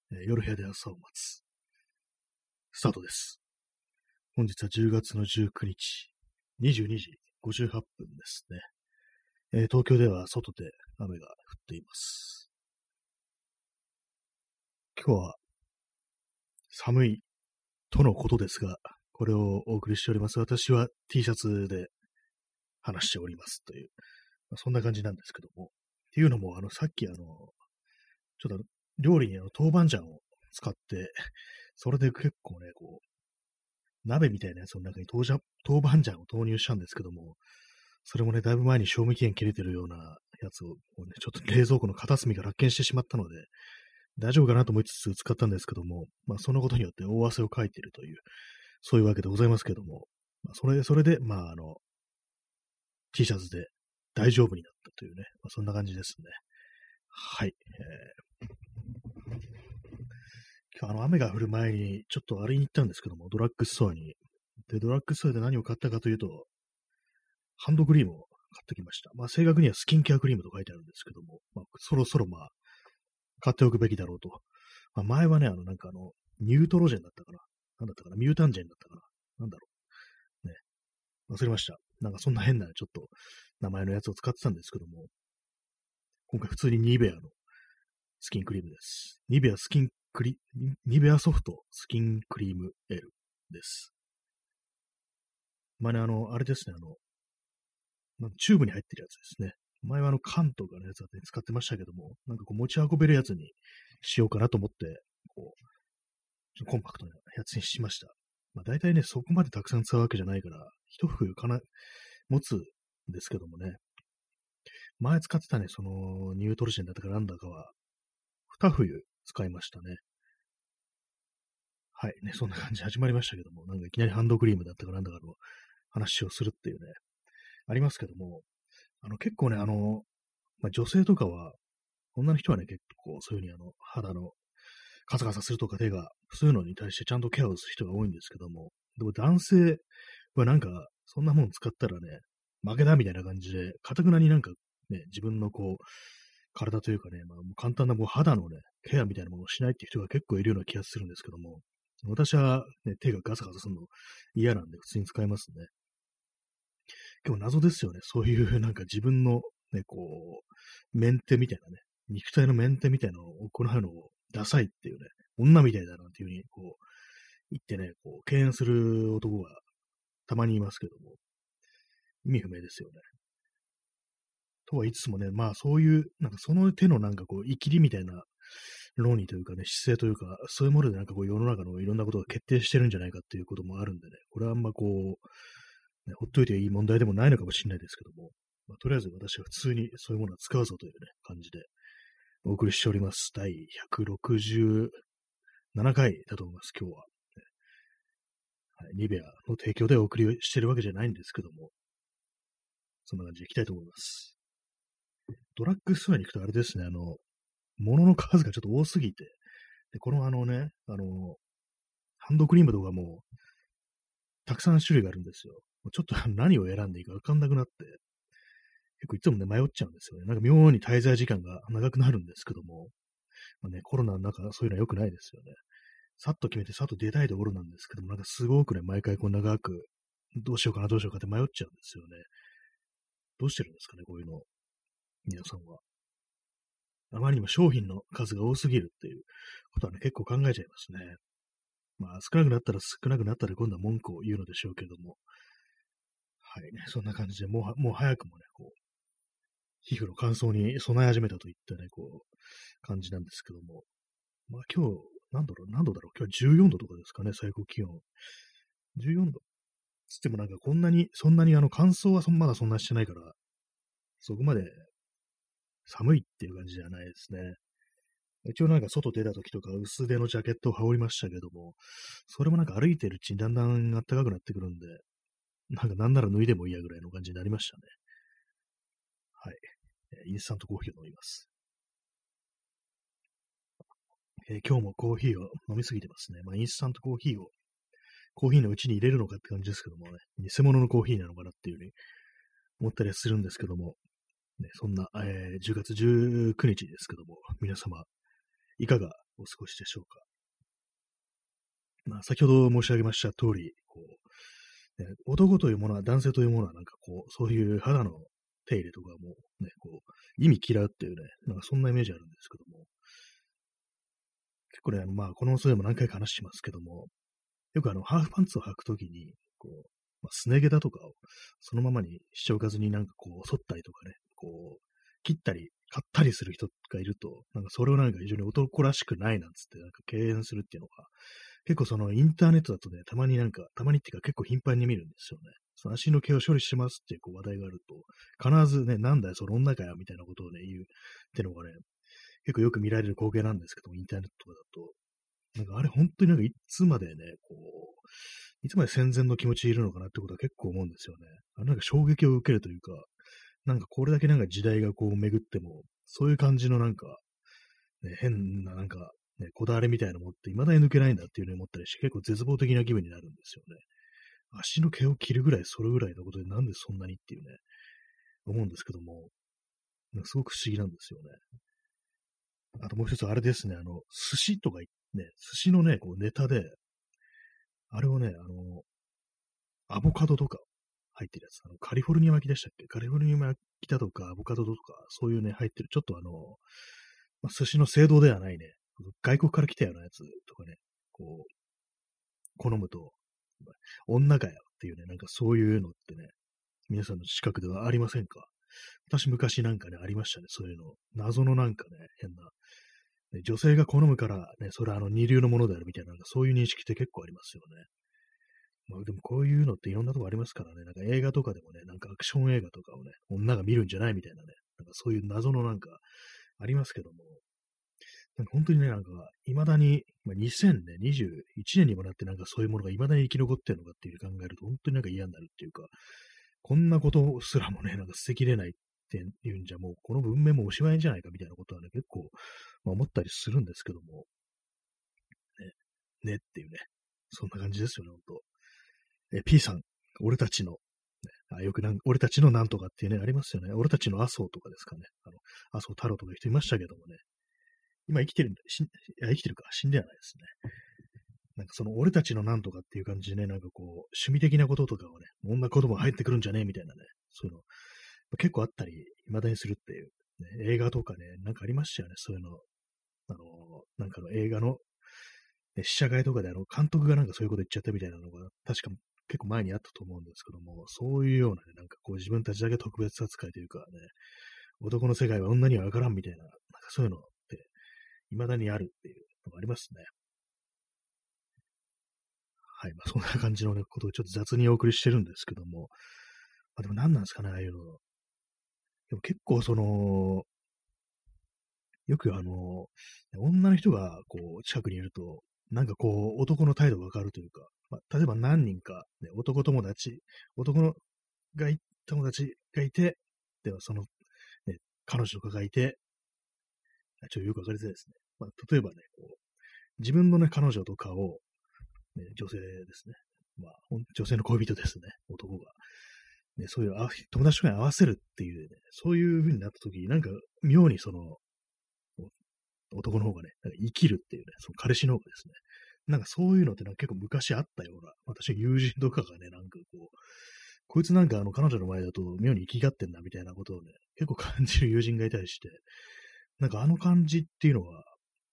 夜部屋で朝を待つ。スタートです。本日は10月の19日、22時58分ですね。東京では外で雨が降っています。今日は寒いとのことですが、これをお送りしております。私は T シャツで話しておりますという、そんな感じなんですけども。っていうのも、さっきちょっと料理に豆板醤を使って、それで結構ね、鍋みたいなやつの中に豆板醤を投入したんですけども、それもね、だいぶ前に賞味期限切れてるようなやつを、ちょっと冷蔵庫の片隅から発見してしまったので、大丈夫かなと思いつつ使ったんですけども、そのことによって大汗をかいているという、そういうわけでございますけども、それで、T シャツで大丈夫になったというね、そんな感じですね。はい。今日雨が降る前にちょっとあれに行ったんですけども、ドラッグストアに。で、ドラッグストアで何を買ったかというと、ハンドクリームを買ってきました。正確にはスキンケアクリームと書いてあるんですけども、そろそろ買っておくべきだろうと。前はね、ニュートロジェンだったかな。なんだったかな、ミュータンジェンだったかな。なんだろう。ね。忘れました。そんな変なちょっと名前のやつを使ってたんですけども、今回普通にニベアのスキンクリームです。ニベアソフトスキンクリーム L です。あれですね、チューブに入ってるやつですね。前は缶とかのやつだって使ってましたけども、持ち運べるやつにしようかなと思って、コンパクトなやつにしました。大体ね、そこまでたくさん使うわけじゃないから、一冬持つんですけどもね。前使ってたね、ニュートロジェンだったかなんだかは、二冬使いましたね。はい、ね、そんな感じで始まりましたけども、いきなりハンドクリームだったかなんだかの話をするっていうね、ありますけども、結構ね、女性とかは、女の人はね、結構そういうふうに肌のカサカサするとか手が、そういうのに対してちゃんとケアをする人が多いんですけども、でも男性はそんなもん使ったらね、負けだみたいな感じで、かたくなにね、自分の体というかね、もう簡単な肌のね、ケアみたいなものをしないっていう人が結構いるような気がするんですけども、私はね、手がガサガサするの嫌なんで普通に使いますね。結構謎ですよね。そういう自分のね、メンテみたいなね、肉体のメンテみたいなのを行うのをダサいっていうね、女みたいだなんていうふうに言ってね、敬遠する男がたまにいますけども、意味不明ですよね。とは言いつつもね、そういう、その手の生きりみたいな論理というかね、姿勢というか、そういうもので世の中のいろんなことが決定してるんじゃないかっていうこともあるんでね、これはね、ほっといていい問題でもないのかもしれないですけども、とりあえず私は普通にそういうものは使うぞというね、感じでお送りしております。第167回だと思います、今日は。はい、ニベアの提供でお送りしてるわけじゃないんですけども、そんな感じでいきたいと思います。ドラッグストアに行くとあれですね、物の数がちょっと多すぎて、で、このハンドクリームとかも、たくさん種類があるんですよ。ちょっと何を選んでいいかわかんなくなって、結構いつもね、迷っちゃうんですよね。妙に滞在時間が長くなるんですけども、コロナの中、そういうのは良くないですよね。さっと決めて、さっと出たいところなんですけども、すごくね、毎回長く、どうしようかな、どうしようかって迷っちゃうんですよね。どうしてるんですかね、こういうの。皆さんは。あまりにも商品の数が多すぎるっていうことはね、結構考えちゃいますね。少なくなったら少なくなったら今度は文句を言うのでしょうけども。はいね、そんな感じで、もう早くもね、皮膚の乾燥に備え始めたといったね、感じなんですけども。今日、何度だろう。今日は14度とかですかね、最高気温。14度。つってもそんなに乾燥はまだそんなしてないから、そこまで寒いっていう感じじゃないですね。一応外出た時とか薄手のジャケットを羽織りましたけども、それも歩いてるうちにだんだん暖かくなってくるんで、なんなら脱いでもいいやぐらいの感じになりましたね。はい。インスタントコーヒーを飲みます。今日もコーヒーを飲みすぎてますね。インスタントコーヒーをコーヒーのうちに入れるのかって感じですけどもね、偽物のコーヒーなのかなっていうふうに思ったりするんですけども、ね、そんな、10月19日ですけども、皆様、いかがお過ごしでしょうか。まあ、先ほど申し上げました通り、男というものは、男性というものは、なんかそういう肌の手入れとかもね、意味嫌うっていうね、なんかそんなイメージあるんですけども、結構ね、まあ、このそれでも何回か話しますけども、よくハーフパンツを履くときに、すね毛だとかをそのままにしておかずになんか剃ったりとかね、切ったり、買ったりする人がいると、なんかそれをなんか非常に男らしくないなんつって、なんか敬遠するっていうのが、結構そのインターネットだとね、たまにっていうか結構頻繁に見るんですよね。その足の毛を処理しますっていう話題があると、必ずね、なんだよ、その女かよ、みたいなことをね、言うっていうのがね、結構よく見られる光景なんですけども、インターネットとかだと、なんかあれ本当になんかいつまでね、いつまで戦前の気持ちいるのかなってことは結構思うんですよね。なんか衝撃を受けるというか、なんかこれだけなんか時代が巡っても、そういう感じのなんか、ね、変ななんか、ね、こだわりみたいなの持って未だに抜けないんだっていうのを思ったりして、結構絶望的な気分になるんですよね。足の毛を切るぐらい、それぐらいのことでなんでそんなにっていうね、思うんですけども、なんかすごく不思議なんですよね。あともう一つあれですね、寿司とかね、寿司のね、ネタで、あれをね、アボカドとか入ってるやつ、カリフォルニア巻きでしたっけ？カリフォルニア巻きだとか、アボカドとか、そういうね、入ってる、ちょっと寿司の正道ではないね、外国から来たようなやつとかね、好むと、女かよっていうね、なんかそういうのってね、皆さんの近くではありませんか？私昔なんかね、ありましたね、そういうの。謎のなんかね、変な、ね、女性が好むからね、それは二流のものであるみたいな、なんかそういう認識って結構ありますよね。まあでもこういうのっていろんなとこありますからね、なんか映画とかでもね、なんかアクション映画とかをね、女が見るんじゃないみたいなね、なんかそういう謎のなんかありますけども、なんか本当にね、なんか、未だに、2021年にもなってなんかそういうものが未だに生き残ってるのかっていう考えると、本当になんか嫌になるっていうか、こんなことすらもね、なんか捨てきれないっていうんじゃ、もうこの文明もおしまいじゃないかみたいなことはね、結構、思ったりするんですけども、ねっていうね、そんな感じですよね、本当。P さん、俺たちの、よく俺たちのなんとかっていうね、ありますよね。俺たちの麻生とかですかね。麻生太郎とかいう人いましたけどもね。今生きてるんだ、生きてるか、死んではないですね。なんかその俺たちのなんとかっていう感じでね、なんか趣味的なこととかをね、こんな言葉入ってくるんじゃねえみたいなね、そういうの、結構あったり、未だにするっていう、ね、映画とかね、なんかありましたよね、そういうの。なんかの映画の、ね、試写会とかで監督がなんかそういうこと言っちゃったみたいなのが、確か結構前にあったと思うんですけども、そういうようなね、なんか自分たちだけ特別扱いというかね、男の世界は女にはわからんみたいな、なんかそういうのって、未だにあるっていうのがありますね。はい。まあ、そんな感じのね、ことをちょっと雑にお送りしてるんですけども、まあ、でも何なんですかね、ああいうの。でも結構よく女の人が近くにいると、なんか男の態度がわかるというか、まあ、例えば何人か、ね、男のがい、友達がいて、ではその、ね、彼女とかがいて、ちょっとよくわかりづらいですね。まあ、例えばね、自分のね、彼女とかを、ね、女性ですね。まあ、女性の恋人ですね、男が。ね、そういう友達とかに合わせるっていうね、そういう風になった時に、なんか妙に男の方がね、なんか生きるっていうね、その彼氏の方がですね、なんかそういうのってなんか結構昔あったような、私友人とかがね、なんかこいつなんか彼女の前だと妙に生きがってんなみたいなことをね、結構感じる友人がいたりして、なんかあの感じっていうのは、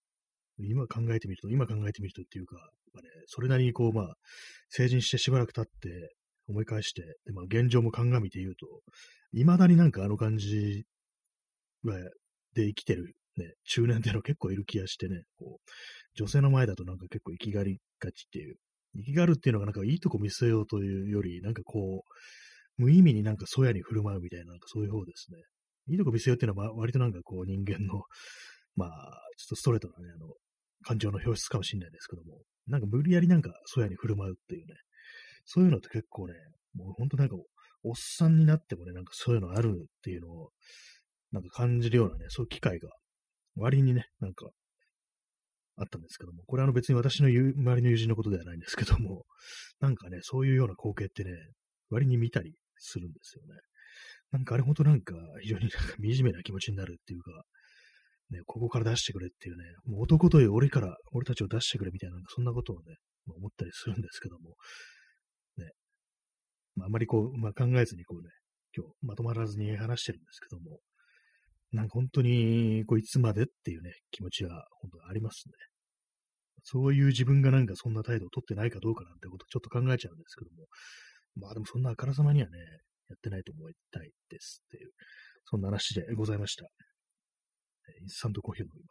今考えてみるとっていうか、まあね、それなりに成人してしばらく経って思い返して、で、まあ、現状も鑑みて言うと、未だになんかあの感じで生きてる、ね、中年っていうの結構いる気がしてね、女性の前だとなんか結構生きがりがちっていう、生きがるっていうのがなんかいいとこ見せようというより、なんか無意味になんかそやに振る舞うみたいな、なんかそういう方ですね。いいとこ見せようっていうのは、割となんか人間の、まあ、ちょっとストレートなね、感情の表出かもしれないですけども、なんか無理やりなんかそやに振る舞うっていうね、そういうのって結構ね、もうほんとなんかおっさんになってもね、なんかそういうのあるっていうのを、なんか感じるようなね、そういう機会が割にね、なんかあったんですけども、これ別に私の周りの友人のことではないんですけども、なんかね、そういうような光景ってね、割に見たりするんですよね。なんかあれほんとなんか非常になんか惨めな気持ちになるっていうか、 ね、ここから出してくれっていうね、もう男という俺たちを出してくれみたいな、そんなことをね、思ったりするんですけども、ね、あんまりこう、考えずにこうね、今日まとまらずに話してるんですけども、なんか本当に、こういつまでっていうね、気持ちは本当にありますね。そういう自分がなんかそんな態度を取ってないかどうかなんてことをちょっと考えちゃうんですけども、でもそんなあからさまにはね、やってないと思いたいですっていう、そんな話でございました。インスタントコーヒーを飲みます。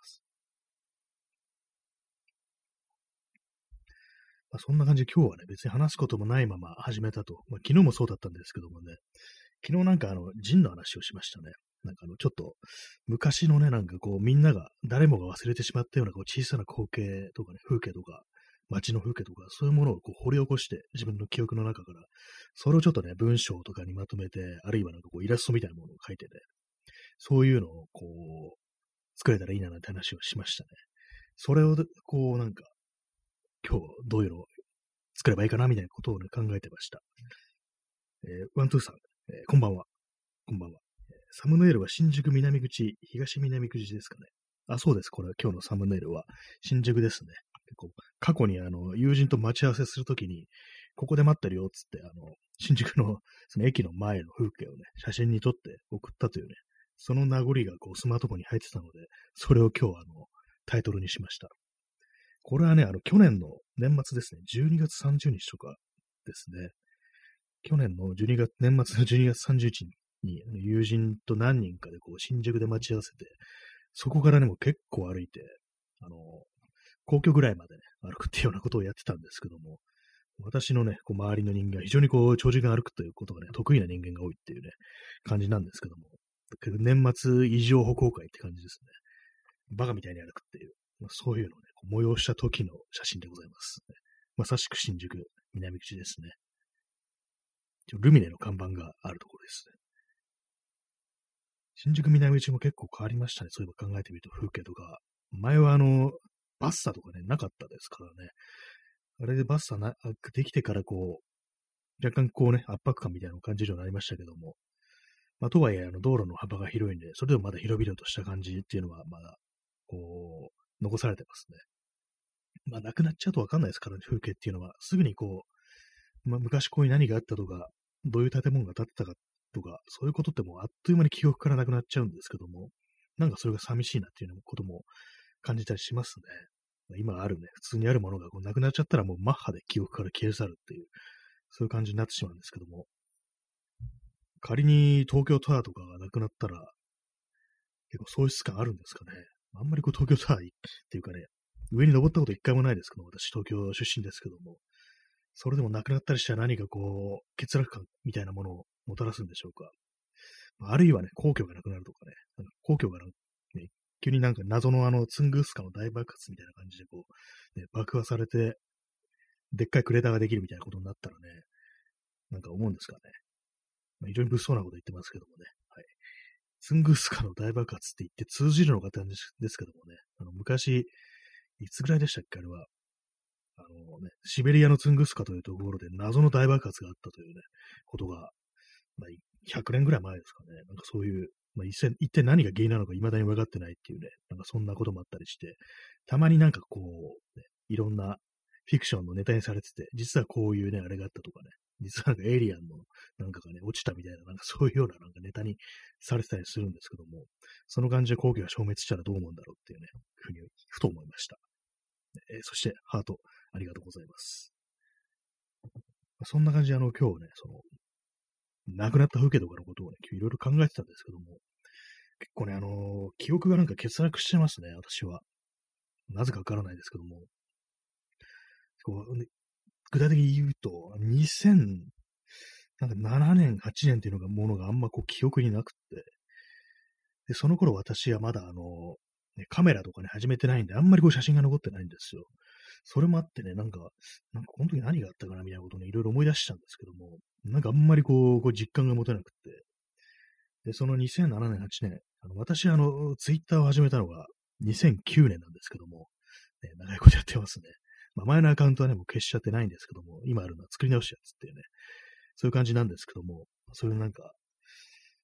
そんな感じで今日はね、別に話すこともないまま始めたと。昨日もそうだったんですけどもね、昨日なんかジンの話をしましたね。なんかちょっと昔のね、なんかこうみんなが、誰もが忘れてしまったようなこう小さな光景とかね、風景とか、街の風景とか、そういうものをこう掘り起こして自分の記憶の中から、それをちょっとね、文章とかにまとめて、あるいはなんかこうイラストみたいなものを描いてね、そういうのをこう、作れたらいいななんて話をしましたね。それをこうなんか、今日どういうのを作ればいいかなみたいなことをね、考えてました。ワントゥーさん、こんばんは。こんばんは。サムネイルは新宿南口、東南口ですかね。あ、そうです。これ、今日のサムネイルは新宿ですね。結構、過去に友人と待ち合わせするときに、ここで待ってるよ、つって、新宿の、その駅の前の風景をね、写真に撮って送ったというね、その名残がこうスマートフォンに入ってたので、それを今日タイトルにしました。これはね、去年の年末ですね、12月30日とかですね。去年の年末の12月30日に友人と何人かでこう新宿で待ち合わせて、そこからね、もう結構歩いて、皇居ぐらいまでね、歩くっていうようなことをやってたんですけども、私のね、こう周りの人間は非常にこう長時間歩くということがね、得意な人間が多いっていうね、感じなんですけども、年末異常歩行会って感じですね。バカみたいに歩くっていう、そういうのをね、こう催した時の写真でございます、ね。まさしく新宿南口ですね。ルミネの看板があるところですね。新宿南口も結構変わりましたね。そういえば考えてみると風景とか。前はバッサとかね、なかったですからね。あれでバッサできてからこう、若干こうね、圧迫感みたいなのを感じるようになりましたけども。とはいえ、道路の幅が広いんで、それでもまだ広々とした感じっていうのは、まだ、こう、残されてますね。なくなっちゃうとわかんないですからね、風景っていうのは。すぐにこう、昔こういう何があったとか、どういう建物が建ってたかとか、そういうことってもうあっという間に記憶からなくなっちゃうんですけども、なんかそれが寂しいなっていうようなことも感じたりしますね。今あるね、普通にあるものがこうなくなっちゃったらもうマッハで記憶から消え去るっていう、そういう感じになってしまうんですけども、仮に東京タワーとかがなくなったら、結構喪失感あるんですかね。あんまりこう東京タワーっていうかね、上に登ったこと一回もないですけど、私東京出身ですけども、それでもなくなったりしたら何かこう、欠落感みたいなものをもたらすんでしょうか。あるいはね、皇居がなくなるとかね、皇居がね、急になんか謎のツングースカの大爆発みたいな感じでこう、ね、爆破されて、でっかいクレーターができるみたいなことになったらね、なんか思うんですかね。非常に物騒なこと言ってますけどもね。はい。ツングースカの大爆発って言って通じるのかって感じですけどもね、昔、いつぐらいでしたっけ、あれは。シベリアのツングースカというところで謎の大爆発があったというね、ことが、100年ぐらい前ですかね。なんかそういう、一体何が原因なのか未だに分かってないっていうね、なんかそんなこともあったりして、たまになんかこう、ね、いろんなフィクションのネタにされてて、実はこういうね、あれがあったとかね、実はなんかエイリアンのなんかがね、落ちたみたいな、なんかそういうようななんかネタにされてたりするんですけども、その感じで皇居が消滅したらどう思うんだろうっていうね、ふうに、ふと思いました。そして、ハート、ありがとうございます。そんな感じで、今日ね、亡くなった風景とかのことをね、いろいろ考えてたんですけども、結構ね、記憶がなんか欠落してますね、私は。なぜかわからないですけども。こうね、具体的に言うと、2007年、8年っていうものがあんまこう記憶になくって、で、その頃私はまだね、カメラとかね、始めてないんで、あんまりこう写真が残ってないんですよ。それもあってね、なんかこの時何があったかなみたいなことをね、いろいろ思い出したんですけども、なんかあんまりこう実感が持てなくて、で、その2007年、8年、私、ツイッターを始めたのが2009年なんですけども、ね、長いことやってますね。前のアカウントはね、もう消しちゃってないんですけども、今あるのは作り直しやつっていうね、そういう感じなんですけども、そういうなんか、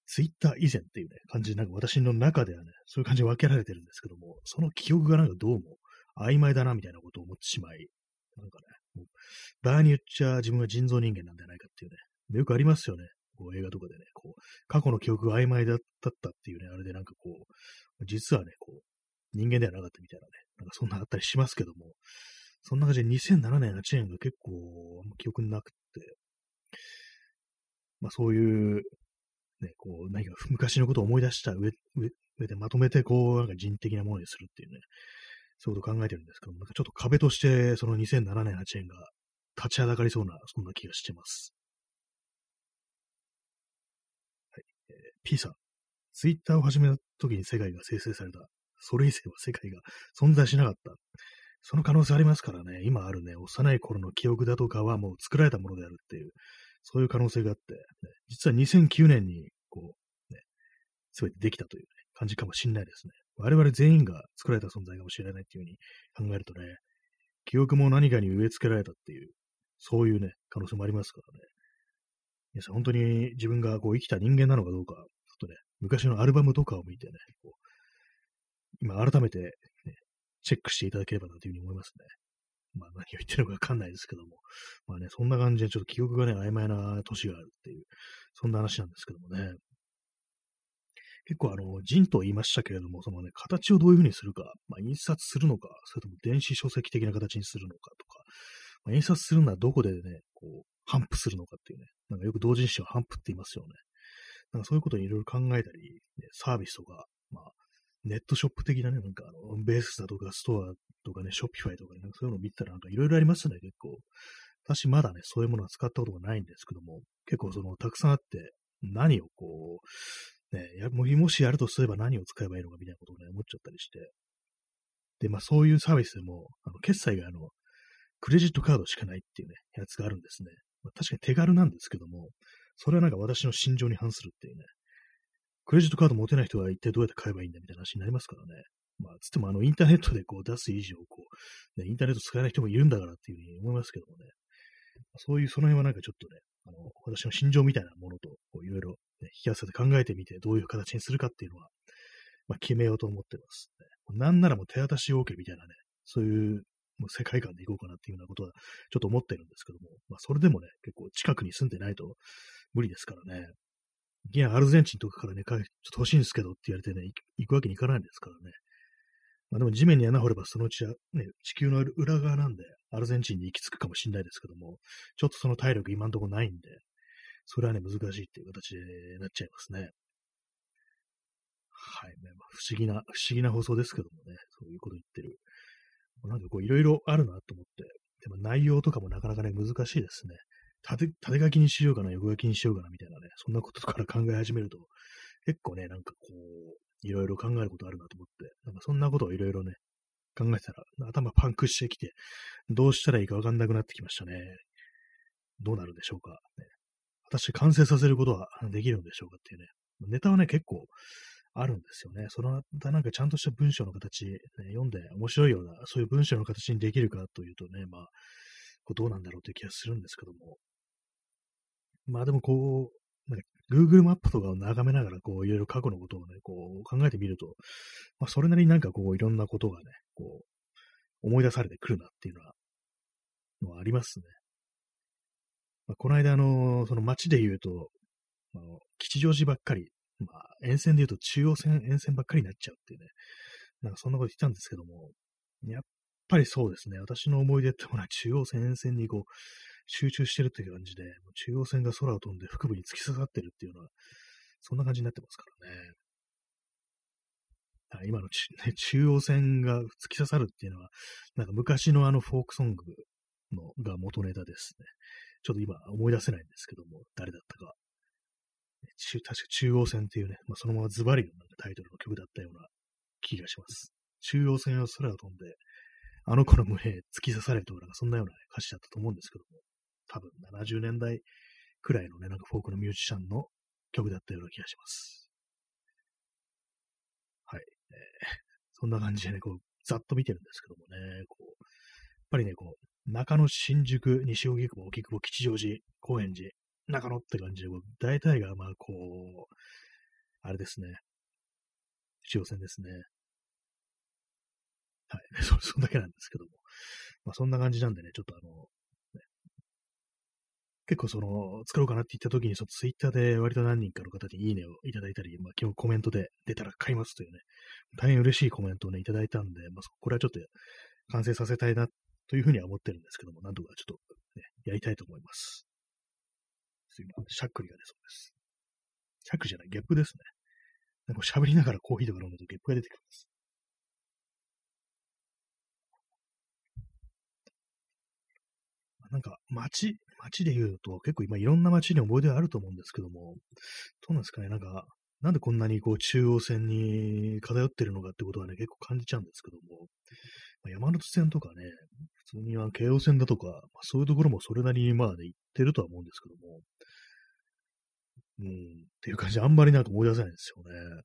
ツイッター以前っていうね、感じで、なんか私の中ではね、そういう感じで分けられてるんですけども、その記憶がなんかどうも曖昧だな、みたいなことを思ってしまい、なんかね、もう場合によっちゃ自分は人造人間なんじゃないかっていうね、よくありますよね。こう映画とかでね、こう、過去の記憶が曖昧だったっていうね、あれでなんかこう、実はね、こう、人間ではなかったみたいなね、なんかそんなあったりしますけども、そんな感じで2007年、8年が結構、あんま記憶になくって、まあそういうね、こう、何か昔のことを思い出した上でまとめて、こう、なんか人的なものにするっていうね、そういうことを考えてるんですけども、なんかちょっと壁として、その2007年、8年が立ちはだかりそうな、そんな気がしてます。はい。P さん、ツイッターを始めた時に世界が生成された。それ以前は世界が存在しなかった。その可能性ありますからね、今あるね、幼い頃の記憶だとかはもう作られたものであるっていう、そういう可能性があって、ね、実は2009年に、こう、ね、すべてできたという、ね、感じかもしれないですね。我々全員が作られた存在かもしれないっていうふうに考えるとね、記憶も何かに植え付けられたっていう、そういうね、可能性もありますからね。皆さん本当に自分がこう生きた人間なのかどうか、ちょっとね、昔のアルバムとかを見てね、こう今改めて、ね、チェックしていただければなというふうに思いますね。まあ何を言ってるのかわかんないですけども。まあね、そんな感じでちょっと記憶がね、曖昧な年があるっていう、そんな話なんですけどもね。結構人と言いましたけれども、そのね、形をどういうふうにするか、まあ、印刷するのか、それとも電子書籍的な形にするのかとか、まあ、印刷するのはどこでね、こう、頒布するのかっていうね、なんかよく同人誌は頒布って言いますよね。なんかそういうことをいろいろ考えたり、ね、サービスとか、まあ、ネットショップ的なね、なんかベースだとかストアとかね、ショッピファイとかね、なんかそういうのを見たらなんかいろいろありますね、結構。私まだね、そういうものは使ったことがないんですけども、結構その、たくさんあって、何をこう、ね、もしやるとすれば何を使えばいいのかみたいなことをね、思っちゃったりして。で、まあそういうサービスでも、決済がクレジットカードしかないっていうね、やつがあるんですね。まあ、確かに手軽なんですけども、それはなんか私の心情に反するっていうね、クレジットカード持てない人は一体どうやって買えばいいんだみたいな話になりますからね。まあ、つってもインターネットでこう出す以上、こう、ね、インターネット使えない人もいるんだからっていうふうに思いますけどもね。そういう、その辺はなんかちょっとね、私の心情みたいなものと、こういろいろ、ね、引き合わせて考えてみて、どういう形にするかっていうのは、まあ、決めようと思ってます、ね。なんならもう手渡し OK みたいなね、そういうもう世界観でいこうかなっていうようなことは、ちょっと思ってるんですけども、まあ、それでもね、結構近くに住んでないと無理ですからね。いや、アルゼンチンとかからね、ちょっと欲しいんですけどって言われてね、行くわけにいかないんですからね。まあでも地面に穴掘ればそのうちはね、地球の裏側なんで、アルゼンチンに行き着くかもしれないですけども、ちょっとその体力今んとこないんで、それはね、難しいっていう形でなっちゃいますね。はい、ね。まあ、不思議な放送ですけどもね、そういうこと言ってる。なんかこう、いろいろあるなと思って、でも内容とかもなかなかね、難しいですね。縦書きにしようかな、横書きにしようかな、みたいなね、そんなことから考え始めると、結構ね、なんかこう、いろいろ考えることあるなと思って、なんかそんなことをいろいろね、考えてたら、頭パンクしてきて、どうしたらいいかわかんなくなってきましたね。どうなるんでしょうか。ね、果たして完成させることはできるんでしょうかっていうね。ネタはね、結構あるんですよね。その、なんかちゃんとした文章の形、ね、読んで面白いような、そういう文章の形にできるかというとね、まあ、こうどうなんだろうという気がするんですけども。まあでもこう、なんか Google マップとかを眺めながら、こう、いろいろ過去のことをね、こう考えてみると、まあそれなりになんかこう、いろんなことがね、こう、思い出されてくるなっていうのはありますね。まあ、この間その街で言うと、吉祥寺ばっかり、まあ、沿線で言うと中央線沿線ばっかりになっちゃうっていうね、なんかそんなこと言ってたんですけども、やっぱりそうですね、私の思い出ってものは中央線沿線にこう、集中してるっていう感じで、中央線が空を飛んで腹部に突き刺さってるっていうのは、そんな感じになってますからね。今のね、中央線が突き刺さるっていうのは、なんか昔のフォークソングが元ネタですね。ちょっと今思い出せないんですけども、誰だったか。確か中央線っていうね、まあ、そのままズバリのなんかタイトルの曲だったような気がします。中央線を空を飛んで、あの子の胸へ突き刺されるとか、なんかそんなような歌詞だったと思うんですけども、多分70年代くらいのね、なんかフォークのミュージシャンの曲だったような気がします。はい。そんな感じでね、こう、ざっと見てるんですけどもね、こう、やっぱりね、こう、中野、新宿、西荻窪、荻窪、吉祥寺、高円寺、中野って感じで、大体が、まあ、こう、 あれですね。中央線ですね。はい。そんだけなんですけども。まあそんな感じなんでね、ちょっとね結構作ろうかなって言った時に、ツイッターで割と何人かの方にいいねをいただいたり、まあ基本コメントで出たら買いますというね、大変嬉しいコメントをね、いただいたんで、まあこれはちょっと完成させたいなというふうには思ってるんですけども、なんとかちょっとね、やりたいと思います。今、しゃっくりが出そうです。しゃっくりじゃない、ゲップですね。なんか喋りながらコーヒーとか飲むとゲップが出てくるんです。なんか街で言うと結構今いろんな街に思い出があると思うんですけども、どうなんですかね、なんでこんなにこう中央線に偏ってるのかってことはね、結構感じちゃうんですけども、まあ山手線とかね、普通に京王線だとか、まあ、そういうところもそれなりにまあね、行ってるとは思うんですけども、っていう感じであんまりなんか思い出せないんですよね。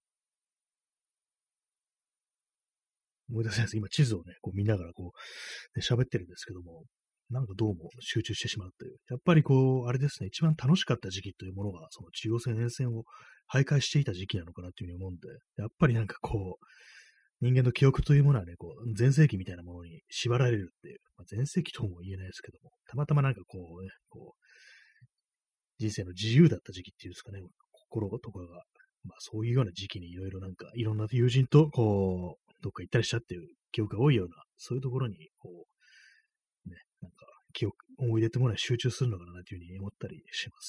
思い出せないです。今地図をね、こう見ながらこう、ね、喋ってるんですけども、なんかどうも集中してしまうという。やっぱりこう、あれですね、一番楽しかった時期というものが、その中央線沿線を徘徊していた時期なのかなというふうに思うんで、やっぱりなんかこう、人間の記憶というものはね、こう、前世紀みたいなものに縛られるっていう、まあ、前世紀とも言えないですけども、たまたまなんかこうね、こう、人生の自由だった時期っていうんですかね、心とかが、まあそういうような時期にいろいろなんか、いろんな友人とこう、どっか行ったりしたっていう記憶が多いような、そういうところに、こう、ね、なんか、思い出ってものは集中するのかなというふうに思ったりします。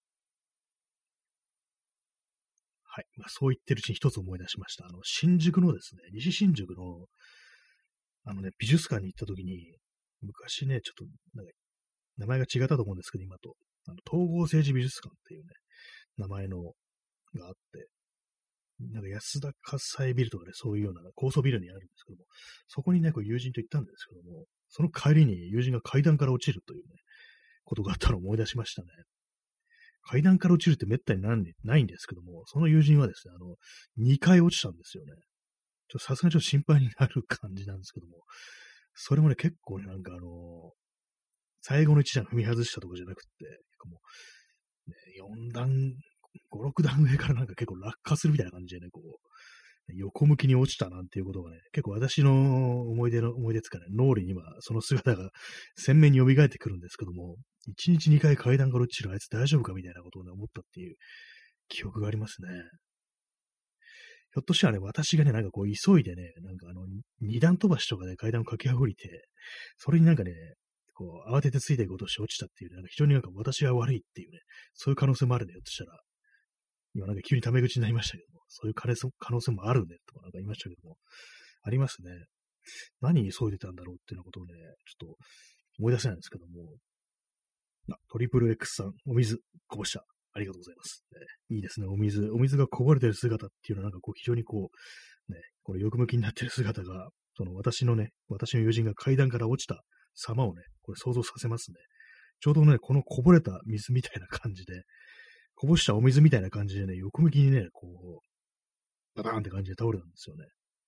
はい。まあ、そう言ってるうちに一つ思い出しました。新宿のですね、西新宿の、美術館に行った時に、昔ね、ちょっと、なんか、名前が違ったと思うんですけど、今と。統合政治美術館っていうね、名前のがあって、なんか安田火災ビルとかね、そういうような高層ビルにあるんですけども、そこにね、こう友人と行ったんですけども、その帰りに友人が階段から落ちるというね、ことがあったのを思い出しましたね。階段から落ちるってめったにないんですけども、その友人はですね、2回落ちたんですよね。さすがにちょっと心配になる感じなんですけども、それもね、結構ね、最後の一段踏み外したとかじゃなくって、結構もう、ね、4段、5、6段上からなんか結構落下するみたいな感じでね、こう、横向きに落ちたなんていうことがね、結構私の思い出ですかね、脳裏に今、その姿が鮮明に蘇ってくるんですけども、1日2回階段から落ちるあいつ大丈夫かみたいなことをね、思ったっていう記憶がありますね。ひょっとしたらね、私がね、なんかこう急いでね、二段飛ばしとかで階段を駆け上りて、それになんかね、こう、慌ててついていくことをして落ちたっていうね、非常になんか私が悪いっていうね、そういう可能性もあるね、ひょっとしたら。今なんか急にタメ口になりましたけども、そういう可能性もあるね、とかなんか言いましたけども、ありますね。何に急いでたんだろうっていうようなことをね、ちょっと思い出せないんですけども、トリプル X さん、お水こぼした。ありがとうございます。いいですね、お水。お水がこぼれてる姿っていうのはなんかこう非常にこう、ね、この横向きになってる姿が、私の友人が階段から落ちた様をね、これ想像させますね。ちょうどね、このこぼれた水みたいな感じで、こぼしたお水みたいな感じでね、横向きにね、こう、バターンって感じで倒れたんですよね。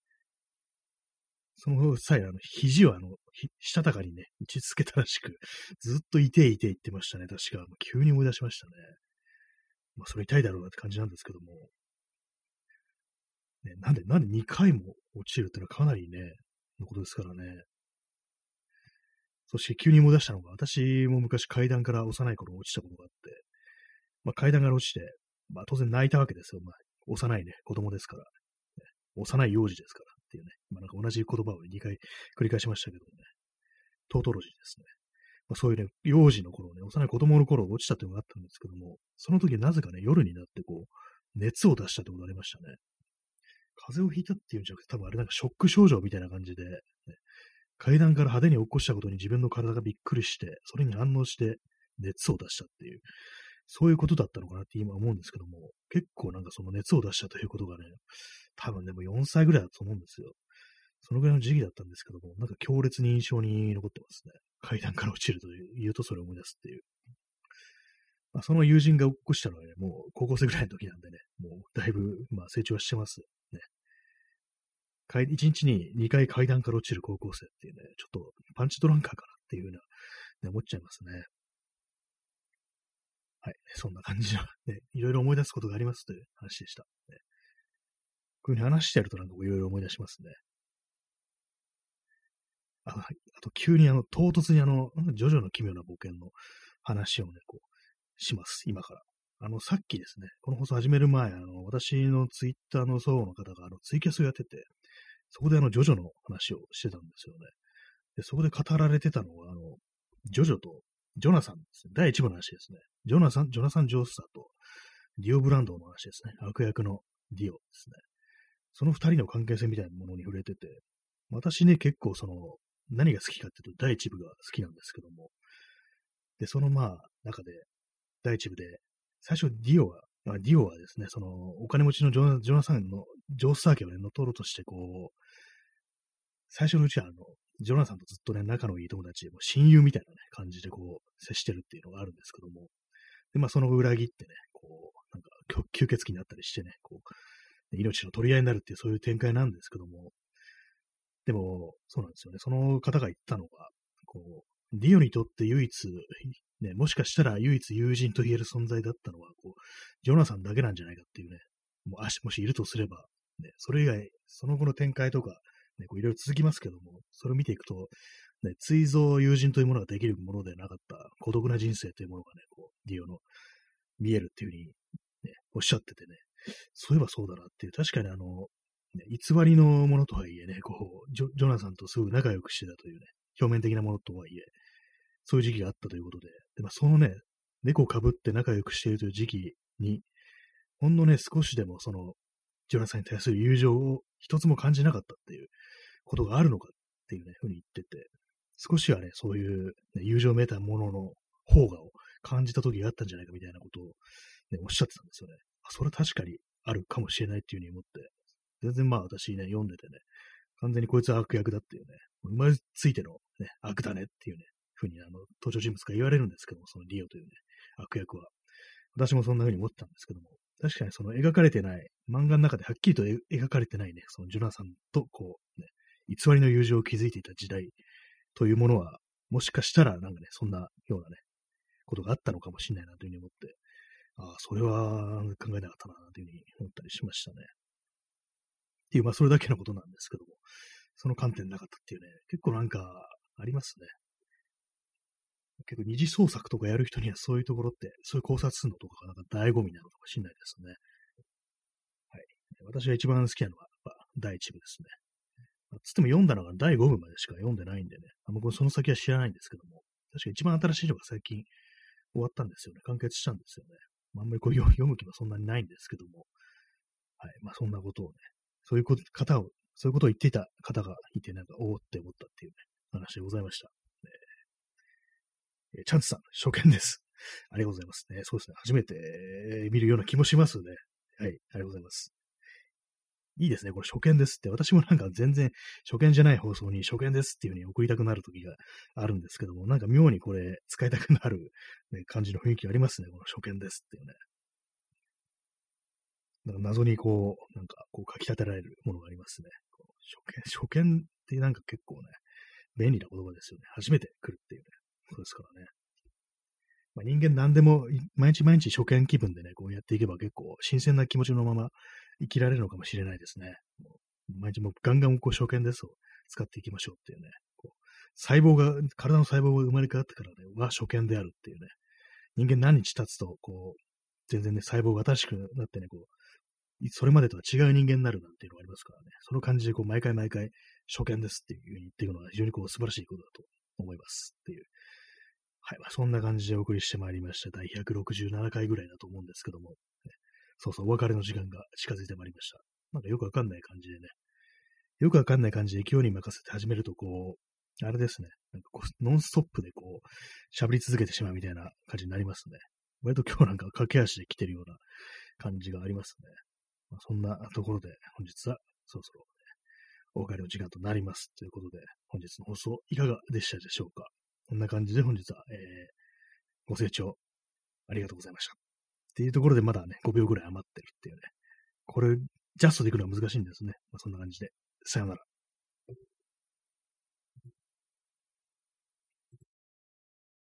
その際、肘をしたたかにね、打ちつけたらしく、ずっと痛い痛い言ってましたね、確か。急に思い出しましたね。まあ、それ痛いだろうなって感じなんですけども、ね、なんで2回も落ちるってのはかなりね、のことですからね。そして急に思い出したのが、私も昔階段から幼い頃落ちたことがあって、まあ、階段から落ちて、まあ、当然泣いたわけですよ。まあ、幼いね、子供ですから。ね、幼い幼児ですからっていうね。まあ、なんか同じ言葉を2回繰り返しましたけどもね。トートロジーですね。まあ、そういうね、幼児の頃ね、幼い子供の頃落ちたっていうのがあったんですけども、その時なぜかね、夜になってこう、熱を出したってことがありましたね。風邪をひいたっていうんじゃなくて、多分あれなんかショック症状みたいな感じで、ね、階段から派手に落っこしたことに自分の体がびっくりして、それに反応して熱を出したっていう、そういうことだったのかなって今思うんですけども、結構なんかその熱を出したということがね、多分でも4歳ぐらいだと思うんですよ。そのぐらいの時期だったんですけども、なんか強烈に印象に残ってますね。階段から落ちるというとそれを思い出すっていう。まあ、その友人が起こしたのはね、もう高校生ぐらいの時なんでね、もうだいぶ、まあ、成長はしてます。ね。1日に2回階段から落ちる高校生っていうね、ちょっとパンチドランカーかなっていうような、ね、思っちゃいますね。 はい。そんな感じの、ね、いろいろ思い出すことがありますという話でした。ね、こういうふうに話してやるとなんかいろいろ思い出しますね。はい。あと、急に唐突にジョジョの奇妙な冒険の話をね、こう、します。今から。さっきですね、この放送始める前、私のツイッターの層の方が、ツイキャスをやってて、そこでジョジョの話をしてたんですよね。で、そこで語られてたのは、ジョジョとジョナサンですね。第一部の話ですね。ジョナサン・ジョースターとディオ・ブランドの話ですね。悪役のディオですね。その二人の関係性みたいなものに触れてて、私ね、結構何が好きかっていうと、第一部が好きなんですけども、で、中で、第一部で、最初ディオはですね、お金持ちのジョナサンの、ジョースター家をね、乗っ取ろうとして、こう、最初のうちは、ジョナサンとずっとね、仲のいい友達で、もう親友みたいなね、感じでこう、接してるっていうのがあるんですけども、で、その裏切ってね、こう、なんか、吸血鬼になったりしてね、こう、命の取り合いになるっていう、そういう展開なんですけども、でも、そうなんですよね。その方が言ったのが、こう、ディオにとって唯一、ね、もしかしたら唯一友人と言える存在だったのは、こう、ジョナサンだけなんじゃないかっていうね、もしいるとすれば、ね、それ以外、その後の展開とか、ね、こういろいろ続きますけども、それを見ていくと、ね、追贈友人というものができるものではなかった孤独な人生というものがね、こう、ディオの見えるっていうふうに、ね、おっしゃっててね、そういえばそうだなっていう、確かにね、偽りのものとはいえね、こう、ジョナサンとすぐ仲良くしてたというね、表面的なものとはいえ、そういう時期があったということで、でそのね、猫をかぶって仲良くしているという時期に、ほんのね、少しでもジョナサンに対する友情を一つも感じなかったっていうことがあるのかっていうね、ふうに言ってて、少しはね、そういう、ね、友情めいたものの方がを感じた時があったんじゃないかみたいなことを、ね、おっしゃってたんですよね。それは確かにあるかもしれないっていうふうに思って、全然私ね、読んでてね、完全にこいつは悪役だっていうね、生まれついての、ね、悪だねっていうね、ふうに登場人物が言われるんですけども、そのリオというね、悪役は。私もそんな風に思ってたんですけども、確かに描かれてない、漫画の中ではっきりと描かれてないね、そのジョナサンとこう、ね、偽りの友情を築いていた時代というものは、もしかしたらなんかね、そんなようなね、ことがあったのかもしれないなというふうに思って、ああ、それは考えなかったなというふうに思ったりしましたね。っていう、それだけのことなんですけども、その観点なかったっていうね、結構なんかありますね。結構二次創作とかやる人にはそういうところって、そういう考察するのとかがなんか醍醐味なのかもしれないですね。はい。私が一番好きなのは、第一部ですね。つっても読んだのが第5部までしか読んでないんでね、僕その先は知らないんですけども、確か一番新しいのが最近終わったんですよね。完結したんですよね。あんまりこう読む気もそんなにないんですけども、はい。そんなことをね、そういうそういうことを言っていた方がいて、なんか、おおって思ったっていうね、話でございました。チャンスさん、初見です。ありがとうございますね。そうですね。初めて見るような気もしますね。はい。ありがとうございます。いいですね。これ初見ですって。私もなんか全然初見じゃない放送に初見ですっていう風に送りたくなる時があるんですけども、なんか妙にこれ使いたくなる、ね、感じの雰囲気ありますね。この初見ですっていうね。なんか謎にこう、なんかこう書き立てられるものがありますね。初見ってなんか結構ね、便利な言葉ですよね。初めて来るっていうね。そうですからね。人間何でも毎日毎日初見気分でね、こうやっていけば結構新鮮な気持ちのまま生きられるのかもしれないですね。毎日もうガンガンこう初見ですを使っていきましょうっていうね。体の細胞が生まれ変わってからね、初見であるっていうね。人間何日経つと、こう、全然ね、細胞が新しくなってね、こう、それまでとは違う人間になるなんていうのがありますからね。その感じでこう、毎回毎回初見ですっていう風に言っていくのは非常にこう、素晴らしいことだと思いますっていう。はい。そんな感じでお送りしてまいりました。第167回ぐらいだと思うんですけども、ね、そうそう、お別れの時間が近づいてまいりました。なんかよくわかんない感じでね、よくわかんない感じで勢いに任せて始めると、こう、あれですね、なんかこう、ノンストップでこう、喋り続けてしまうみたいな感じになりますね。割と今日なんか駆け足で来てるような感じがありますね。そんなところで本日はそろそろ、お別れの時間となります。ということで、本日の放送いかがでしたでしょうか。こんな感じで本日は、ご清聴ありがとうございました。っていうところでまだね、5秒ぐらい余ってるっていうね。これ、ジャストでいくのは難しいんですね。そんな感じで。さよなら。